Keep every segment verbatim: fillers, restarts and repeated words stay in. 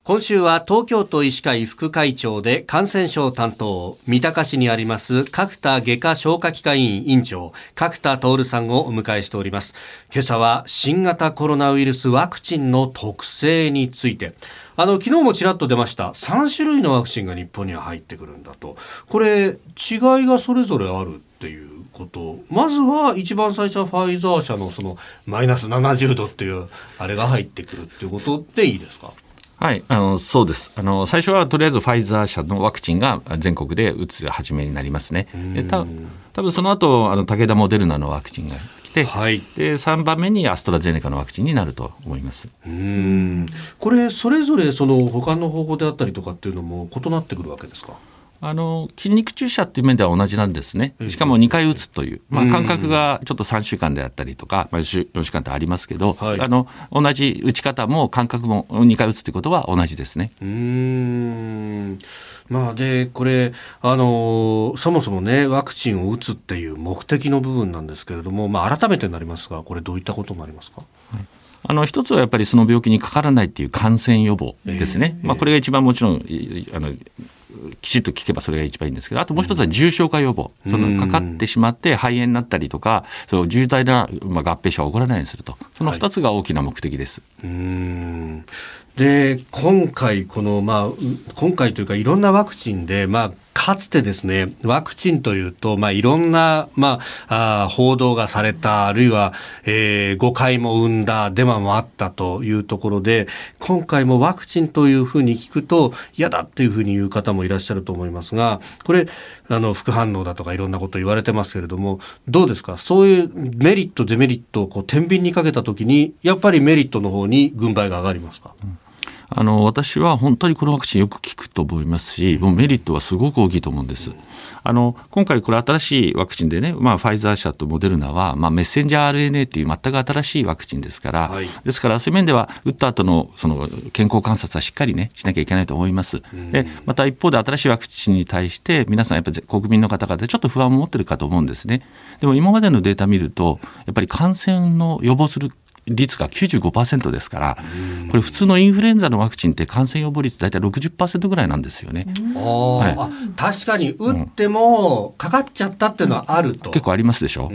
今週は東京都医師会副会長で感染症担当、三鷹市にあります角田外科消化器科医院院長角田徹さんをお迎えしております。今朝は新型コロナウイルスワクチンの特性について、あの昨日もちらっと出ましたさん種類のワクチンが日本には入ってくるんだと。これ違いがそれぞれあるっていうこと、まずは一番最初はファイザー社のそのマイナスななじゅうどっていうあれが入ってくるっていうことでいいですか？ はい、あのそうです。あの最初はとりあえずファイザー社のワクチンが全国で打つ始めになりますね。でた多分その後あの武田モデルナのワクチンが来て、はい、でさんばんめにアストラゼネカのワクチンになると思います。 うーんこれそれぞれその他の方法であったりとかっていうのも異なってくるわけですか？ あの筋肉注射っていう面では同じなんですね。しかもにかい打つという、まあ、間隔がちょっとさんしゅうかんであったりとか、まあ、よんしゅうかんってありますけど、はい、あの同じ打ち方も間隔もにかい打つということは同じですね。 うーんまあ、でこれあのそもそもねワクチンを打つっていう目的の部分なんですけれども、まあ、改めてになりますがこれどういったことになりますか？ はい、あの一つはやっぱりその病気にかからないっていう感染予防ですね。えーまあ、これが一番もちろんあのきちっと聞けばそれが一番いいんですけど、あともう一つは重症化予防、うん、そのかかってしまって肺炎になったりとかそう重大な、まあ、合併症が起こらないようにすると、そのふたつが大きな目的です。 はい、うーんで今回この、まあ、今回というかいろんなワクチンで、まあかつてですねワクチンというと、まあ、いろんな、まあ、あ報道がされた、あるいは、えー、誤解も生んだデマもあったというところで、今回もワクチンというふうに聞くと嫌だっていうふうに言う方もいらっしゃると思いますが、これあの副反応だとかいろんなこと言われてますけれども、どうですか？そういうメリットデメリットをこう天秤にかけたときにやっぱりメリットの方に軍配が上がりますか？うんあの私は本当にこのワクチンよく効くと思いますし、もうメリットはすごく大きいと思うんです。あの今回これ新しいワクチンでね、まあ、ファイザー社とモデルナは、まあ、メッセンジャー アールエヌエー という全く新しいワクチンですから、はい、ですからそういう面では打った後のその健康観察はしっかりねしなきゃいけないと思います。でまた一方で新しいワクチンに対して皆さんやっぱり国民の方々でちょっと不安を持ってるかと思うんですね。でも今までのデータ見るとやっぱり感染の予防する率が きゅうじゅうごパーセント ですから、これ普通のインフルエンザのワクチンって感染予防率だいたい ろくじゅっパーセント ぐらいなんですよね。 あ、はい、あ確かに打ってもかかっちゃったっていうのはあると、 うん、結構ありますでしょ。うん、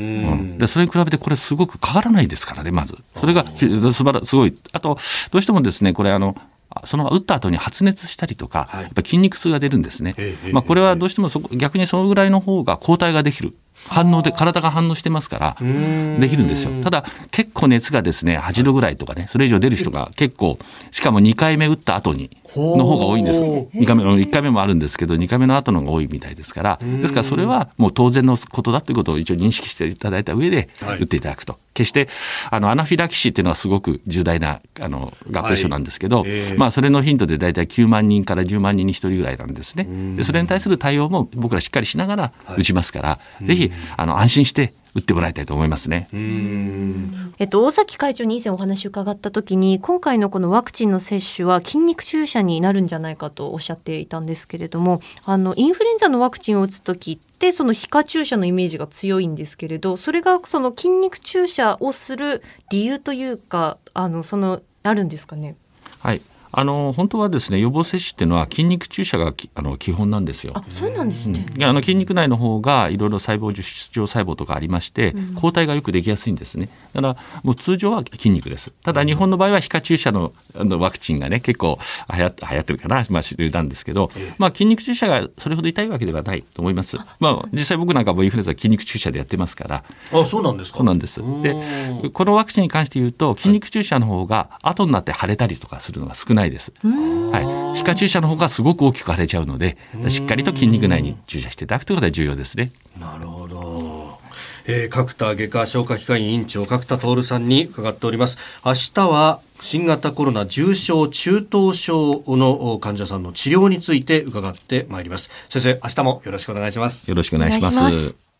でそれに比べてこれすごくかからないですからね。まずそれがすばらすごい。あとどうしてもですねこれあのその打った後に発熱したりとか、はい、やっぱ筋肉痛が出るんですね。まあ、これはどうしてもそ逆にそのぐらいの方が抗体ができる反応で体が反応してますからできるんですよ。ただ結構熱がですねはちどぐらいとかねそれ以上出る人が結構、しかもにかいめ打った後にの方が多いんです。にかいめのいっかいめもあるんですけどにかいめの後の方が多いみたいですから、ですからそれはもう当然のことだということを一応認識していただいた上で打っていただくと、はい、決してあのアナフィラキシーっていうのはすごく重大なあの合併症なんですけど、はいえーまあ、それの頻度でだいたいきゅうまんにんからじゅうまんにんにひとりぐらいなんですね。でそれに対する対応も僕らしっかりしながら打ちますから、はい、ぜひあの安心して打ってもらいたいと思いますね。 うーん、えっと、大崎会長に以前お話を伺ったときに今回のこのワクチンの接種は筋肉注射になるんじゃないかとおっしゃっていたんですけれども、あのインフルエンザのワクチンを打つときってその皮下注射のイメージが強いんですけれど、それがその筋肉注射をする理由というかあのそのあるんですかね？ はい、あの本当はですね予防接種っていうのは筋肉注射があの基本なんですよ。 あ、そうなんですね。 うん、あの筋肉内の方がいろいろ細胞樹質状細胞とかありまして、うん、抗体がよくできやすいんですね。だからもう通常は筋肉です。ただ日本の場合は皮下注射 の, あのワクチンがね結構流行って流行ってるかな、まあ、主流なんですけど、まあ、筋肉注射がそれほど痛いわけではないと思います。まあ、実際僕なんかもインフルエンザ筋肉注射でやってますから。 あ、そうなんですか。 そうなんです。でこのワクチンに関して言うと筋肉注射の方が後になって腫れたりとかするのが少ないです。はい、皮下注射の方がすごく大きく腫れちゃうのでしっかりと筋肉内に注射していただくということが重要ですね。 なるほど。えー、角田外科消化器科医院長角田徹さんに伺っております。明日は新型コロナ重症中等症の患者さんの治療について伺ってまいります。先生、明日もよろしくお願いします。 よろしくお願いします。